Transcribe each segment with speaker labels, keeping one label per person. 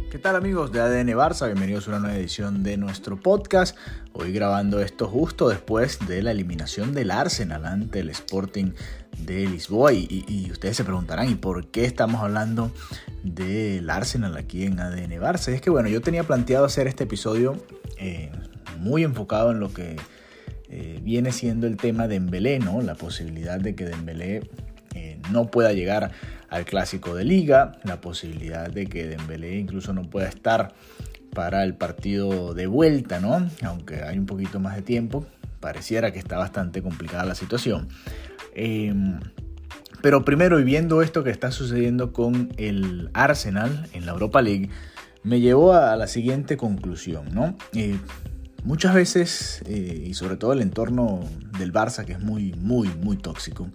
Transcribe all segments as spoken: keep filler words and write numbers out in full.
Speaker 1: ¿Qué tal amigos de A D N Barça? Bienvenidos a una nueva edición de nuestro podcast. Hoy grabando esto justo después de la eliminación del Arsenal ante el Sporting de Lisboa. Y, y, y ustedes se preguntarán, ¿y por qué estamos hablando del Arsenal aquí en A D N Barça? Y es que bueno, yo tenía planteado hacer este episodio eh, muy enfocado en lo que eh, viene siendo el tema de Dembélé, ¿no? La posibilidad de que Dembélé eh, no pueda llegar al clásico de liga, la posibilidad de que Dembélé incluso no pueda estar para el partido de vuelta, ¿no? Aunque hay un poquito más de tiempo, pareciera que está bastante complicada la situación. Eh, pero primero, y viendo esto que está sucediendo con el Arsenal en la Europa League, me llevó a la siguiente conclusión, ¿no? Eh, muchas veces, eh, y sobre todo el entorno del Barça, que es muy, muy, muy tóxico,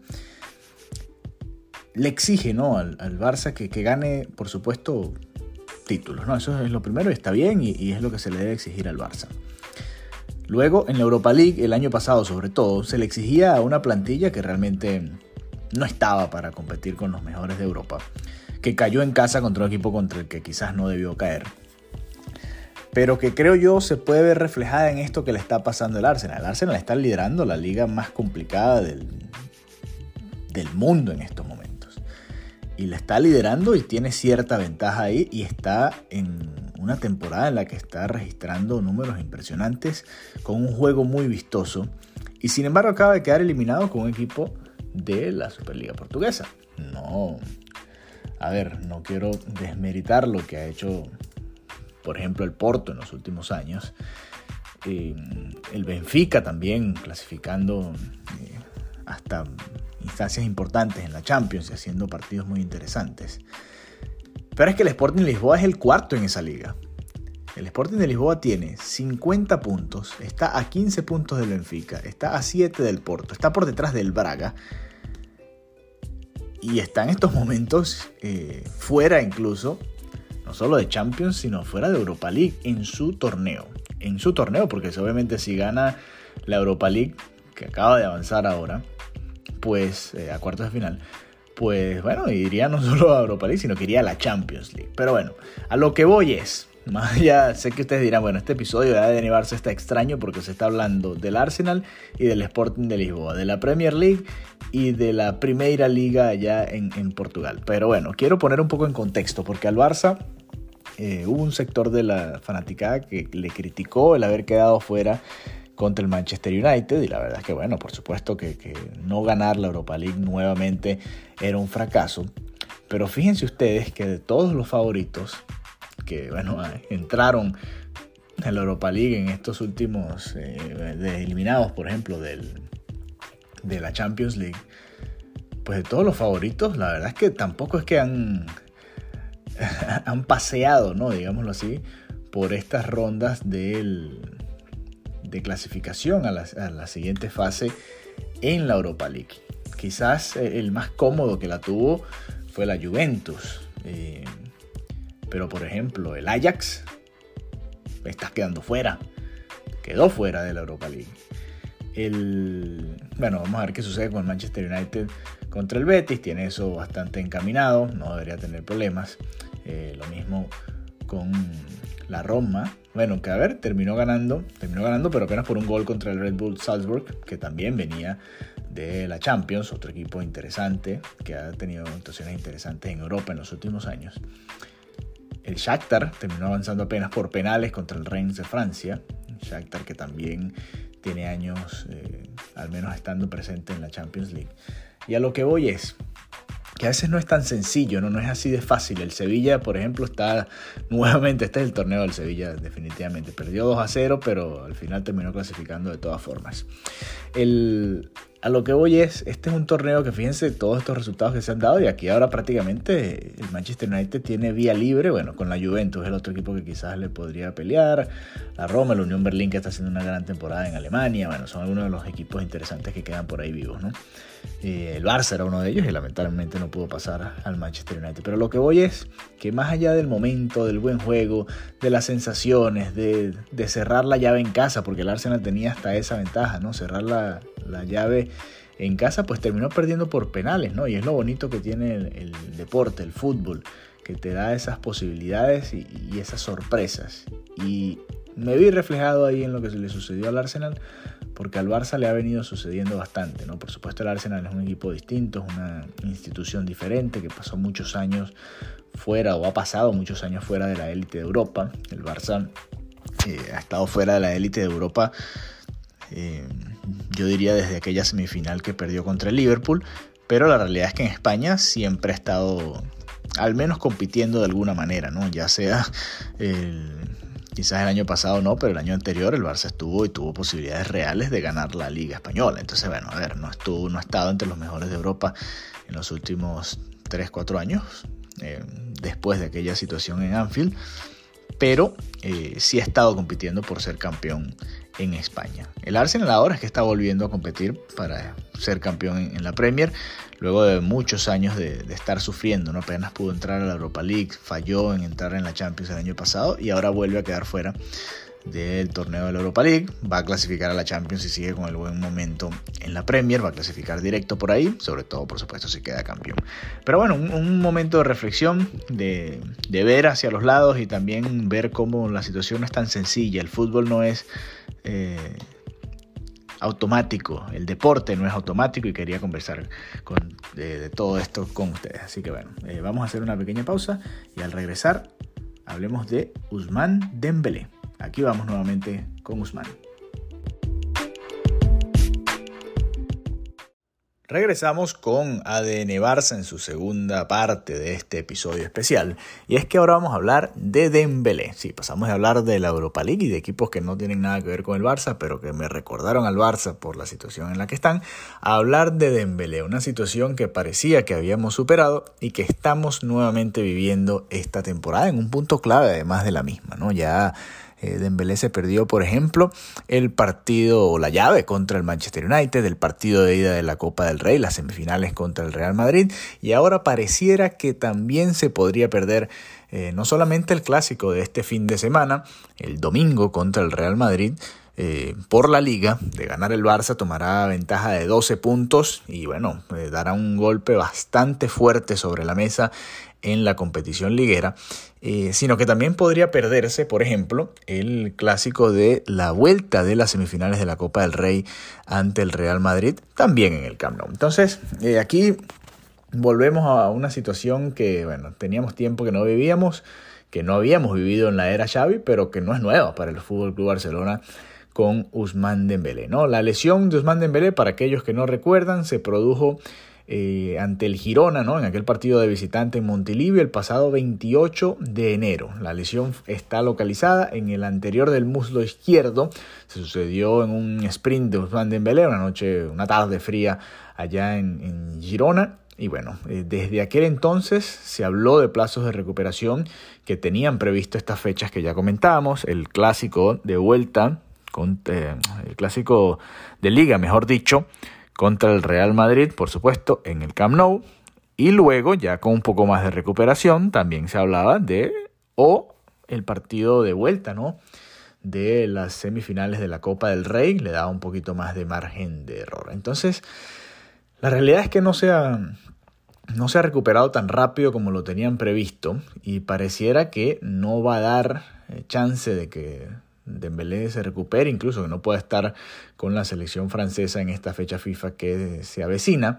Speaker 1: le exige, ¿no? al, al Barça que, que gane, por supuesto, títulos, ¿no? Eso es lo primero y está bien y, y es lo que se le debe exigir al Barça. Luego, en la Europa League, el año pasado sobre todo, se le exigía a una plantilla que realmente no estaba para competir con los mejores de Europa, que cayó en casa contra un equipo contra el que quizás no debió caer, pero que creo yo se puede ver reflejada en esto que le está pasando al Arsenal. El Arsenal está liderando la liga más complicada del, del mundo en estos momentos. Y la está liderando y tiene cierta ventaja ahí y está en una temporada en la que está registrando números impresionantes con un juego muy vistoso y sin embargo acaba de quedar eliminado con un equipo de la Superliga Portuguesa. No, a ver, no quiero desmeritar lo que ha hecho, por ejemplo, el Porto en los últimos años. Eh, el Benfica también clasificando eh, hasta instancias importantes en la Champions y haciendo partidos muy interesantes. Pero es que el Sporting de Lisboa es el cuarto en esa liga. El Sporting de Lisboa tiene cincuenta puntos, está a quince puntos del Benfica, está a siete del Porto, está por detrás del Braga y está en estos momentos eh, fuera incluso, no solo de Champions, sino fuera de Europa League en su torneo. En su torneo, porque obviamente si gana la Europa League, que acaba de avanzar ahora, pues eh, a cuartos de final, pues bueno, iría no solo a Europa League, sino que iría a la Champions League. Pero bueno, a lo que voy es, más allá, sé que ustedes dirán, bueno, este episodio de A D N Barça está extraño porque se está hablando del Arsenal y del Sporting de Lisboa, de la Premier League y de la Primeira Liga allá en, en Portugal. Pero bueno, quiero poner un poco en contexto porque al Barça eh, hubo un sector de la fanaticada que le criticó el haber quedado fuera contra el Manchester United y la verdad es que bueno, por supuesto que, que no ganar la Europa League nuevamente era un fracaso, pero fíjense ustedes que de todos los favoritos que bueno, entraron en la Europa League en estos últimos eh, de eliminados, por ejemplo del, de la Champions League, pues de todos los favoritos la verdad es que tampoco es que han han paseado, ¿no? Digámoslo así, por estas rondas del de clasificación a la, a la siguiente fase en la Europa League. Quizás el más cómodo que la tuvo fue la Juventus, eh, pero por ejemplo el Ajax está quedando fuera, quedó fuera de la Europa League. El, bueno, vamos a ver qué sucede con el Manchester United contra el Betis, tiene eso bastante encaminado, no debería tener problemas. Eh, lo mismo con la Roma, bueno, que a ver, terminó ganando, terminó ganando, pero apenas por un gol contra el Red Bull Salzburg, que también venía de la Champions, otro equipo interesante, que ha tenido actuaciones interesantes en Europa en los últimos años. El Shakhtar terminó avanzando apenas por penales contra el Rennes de Francia, Shakhtar que también tiene años, eh, al menos estando presente en la Champions League. Y a lo que voy es que a veces no es tan sencillo, ¿no? No es así de fácil. El Sevilla, por ejemplo, está nuevamente, este es el torneo del Sevilla definitivamente. Perdió dos a cero, pero al final terminó clasificando de todas formas. El, a lo que voy es, este es un torneo que fíjense todos estos resultados que se han dado y aquí ahora prácticamente el Manchester United tiene vía libre, bueno, con la Juventus, el otro equipo que quizás le podría pelear, la Roma, la Unión Berlín que está haciendo una gran temporada en Alemania, bueno, son algunos de los equipos interesantes que quedan por ahí vivos, ¿no? Eh, el Barça era uno de ellos y lamentablemente no pudo pasar al Manchester United. Pero lo que voy es que más allá del momento, del buen juego, de las sensaciones, de, de cerrar la llave en casa, porque el Arsenal tenía hasta esa ventaja, ¿no? Cerrar la, la llave en casa, pues terminó perdiendo por penales, ¿no? Y es lo bonito que tiene el, el deporte, el fútbol, que te da esas posibilidades y, y esas sorpresas. Y me vi reflejado ahí en lo que se le sucedió al Arsenal, porque al Barça le ha venido sucediendo bastante, ¿no? Por supuesto, el Arsenal es un equipo distinto, es una institución diferente que pasó muchos años fuera o ha pasado muchos años fuera de la élite de Europa. El Barça eh, ha estado fuera de la élite de Europa, eh, yo diría desde aquella semifinal que perdió contra el Liverpool, pero la realidad es que en España siempre ha estado al menos compitiendo de alguna manera, ¿no? Ya sea el... Quizás el año pasado no, pero el año anterior el Barça estuvo y tuvo posibilidades reales de ganar la Liga Española. Entonces, bueno, a ver, no, estuvo, no ha estado entre los mejores de Europa en los últimos tres cuatro años, eh, después de aquella situación en Anfield, pero eh, sí ha estado compitiendo por ser campeón en España. El Arsenal ahora es que está volviendo a competir para ser campeón en, en la Premier, luego de muchos años de, de estar sufriendo, ¿no? Apenas pudo entrar a la Europa League, falló en entrar en la Champions el año pasado y ahora vuelve a quedar fuera del torneo de la Europa League. Va a clasificar a la Champions y sigue con el buen momento en la Premier, va a clasificar directo por ahí, sobre todo por supuesto si queda campeón. Pero bueno, un, un momento de reflexión, de, de ver hacia los lados y también ver cómo la situación no es tan sencilla. El fútbol no es eh, automático, el deporte no es automático, y quería conversar con, de, de todo esto con ustedes. Así que bueno, eh, vamos a hacer una pequeña pausa y al regresar hablemos de Ousmane Dembélé. Aquí vamos nuevamente con Ousmane. Regresamos con A D N Barça en su segunda parte de este episodio especial. Y es que ahora vamos a hablar de Dembélé. Sí, pasamos de hablar de la Europa League y de equipos que no tienen nada que ver con el Barça, pero que me recordaron al Barça por la situación en la que están, a hablar de Dembélé. Una situación que parecía que habíamos superado y que estamos nuevamente viviendo esta temporada en un punto clave además de la misma, ¿no? Ya Eh, Dembélé se perdió, por ejemplo, el partido o la llave contra el Manchester United, el partido de ida de la Copa del Rey, las semifinales contra el Real Madrid, y ahora pareciera que también se podría perder eh, no solamente el clásico de este fin de semana, el domingo contra el Real Madrid, Eh, por la Liga. De ganar el Barça tomará ventaja de doce puntos y bueno, eh, dará un golpe bastante fuerte sobre la mesa en la competición liguera, eh, sino que también podría perderse, por ejemplo, el clásico de la vuelta de las semifinales de la Copa del Rey ante el Real Madrid, también en el Camp Nou. Entonces, eh, aquí volvemos a una situación que, bueno, teníamos tiempo que no vivíamos, que no habíamos vivido en la era Xavi, pero que no es nueva para el F C Barcelona con Ousmane Dembélé, ¿no? La lesión de Ousmane Dembélé, para aquellos que no recuerdan, se produjo eh, ante el Girona, ¿no? En aquel partido de visitante en Montilivi el pasado veintiocho de enero. La lesión está localizada en el anterior del muslo izquierdo. Se sucedió en un sprint de Ousmane Dembélé, una noche, una tarde fría allá en, en Girona. Y bueno, eh, desde aquel entonces se habló de plazos de recuperación que tenían previsto estas fechas que ya comentábamos, el clásico de vuelta, con, eh, el clásico de Liga, mejor dicho, contra el Real Madrid, por supuesto, en el Camp Nou, y luego ya con un poco más de recuperación también se hablaba de o el partido de vuelta, ¿no?, de las semifinales de la Copa del Rey, le daba un poquito más de margen de error. Entonces, la realidad es que no se ha, no se ha recuperado tan rápido como lo tenían previsto y pareciera que no va a dar chance de que Dembélé se recupere, incluso que no pueda estar con la selección francesa en esta fecha FIFA que se avecina.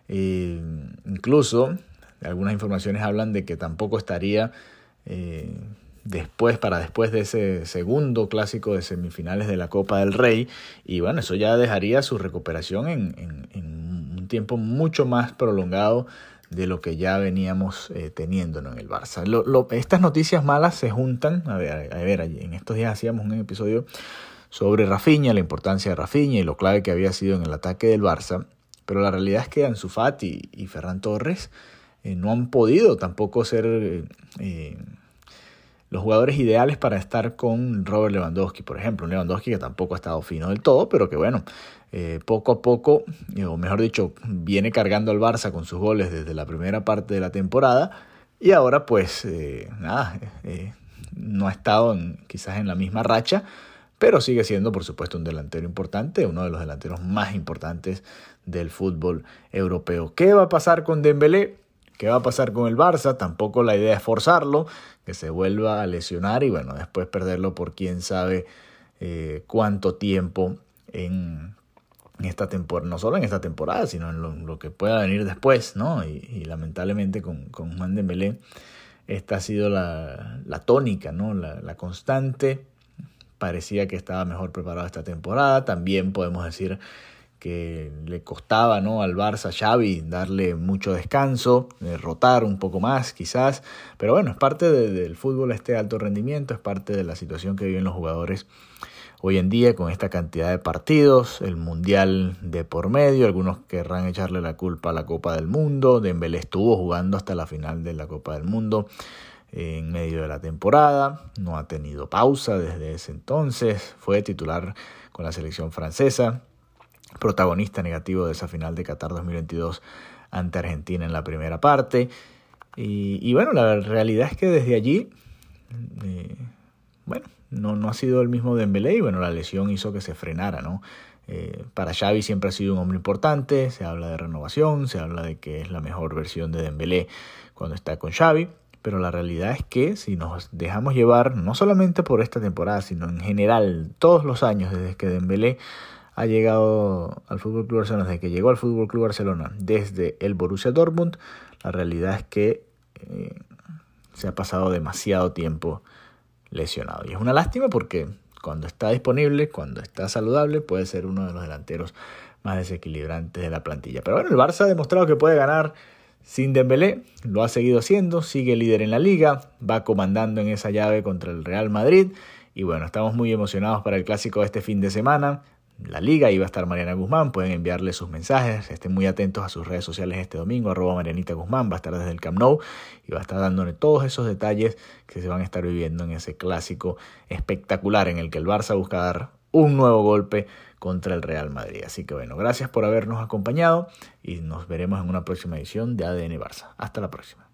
Speaker 1: Eh, incluso algunas informaciones hablan de que tampoco estaría eh, después para después de ese segundo clásico de semifinales de la Copa del Rey, y bueno, eso ya dejaría su recuperación en, en, en un tiempo mucho más prolongado de lo que ya veníamos eh, teniendo, ¿no?, en el Barça. Lo, lo, estas noticias malas se juntan. A ver, a ver, en estos días hacíamos un episodio sobre Rafinha, la importancia de Rafinha y lo clave que había sido en el ataque del Barça, pero la realidad es que Ansu Fati y, y Ferran Torres eh, no han podido tampoco ser eh, eh, los jugadores ideales para estar con Robert Lewandowski, por ejemplo. Un Lewandowski que tampoco ha estado fino del todo, pero que bueno, eh, poco a poco, eh, o mejor dicho, viene cargando al Barça con sus goles desde la primera parte de la temporada y ahora pues eh, nada, eh, no ha estado en, quizás en la misma racha, pero sigue siendo por supuesto un delantero importante, uno de los delanteros más importantes del fútbol europeo. ¿Qué va a pasar con Dembélé? ¿Qué va a pasar con el Barça? Tampoco la idea es forzarlo, que se vuelva a lesionar y bueno, después perderlo por quién sabe eh, cuánto tiempo en, en esta temporada, no solo en esta temporada, sino en lo, lo que pueda venir después, ¿no? Y, y lamentablemente con, con Ousmane Dembélé esta ha sido la, la tónica, ¿no? La, la constante. Parecía que estaba mejor preparado esta temporada. También podemos decir que le costaba, ¿no?, al Barça, Xavi, darle mucho descanso, eh, rotar un poco más quizás, pero bueno, es parte de, del fútbol este alto rendimiento, es parte de la situación que viven los jugadores hoy en día con esta cantidad de partidos, el Mundial de por medio, algunos querrán echarle la culpa a la Copa del Mundo. Dembélé estuvo jugando hasta la final de la Copa del Mundo eh, en medio de la temporada, no ha tenido pausa desde ese entonces, fue titular con la selección francesa, protagonista negativo de esa final de Qatar dos mil veintidós ante Argentina en la primera parte. Y, y bueno, la realidad es que desde allí, eh, bueno, no, no ha sido el mismo Dembélé y bueno, la lesión hizo que se frenara, ¿no? Eh, para Xavi siempre ha sido un hombre importante, se habla de renovación, se habla de que es la mejor versión de Dembélé cuando está con Xavi, pero la realidad es que si nos dejamos llevar, no solamente por esta temporada, sino en general, todos los años desde que Dembélé ha llegado al F C Barcelona, desde que llegó al F C Barcelona, desde el Borussia Dortmund, la realidad es que eh, se ha pasado demasiado tiempo lesionado. Y es una lástima porque cuando está disponible, cuando está saludable, puede ser uno de los delanteros más desequilibrantes de la plantilla. Pero bueno, el Barça ha demostrado que puede ganar sin Dembélé, lo ha seguido haciendo, sigue líder en la Liga, va comandando en esa llave contra el Real Madrid. Y bueno, estamos muy emocionados para el clásico de este fin de semana. La Liga, ahí va a estar Mariana Guzmán, pueden enviarle sus mensajes, estén muy atentos a sus redes sociales este domingo, arroba Marianita Guzmán, va a estar desde el Camp Nou y va a estar dándole todos esos detalles que se van a estar viviendo en ese clásico espectacular en el que el Barça busca dar un nuevo golpe contra el Real Madrid. Así que bueno, gracias por habernos acompañado y nos veremos en una próxima edición de A D N Barça. Hasta la próxima.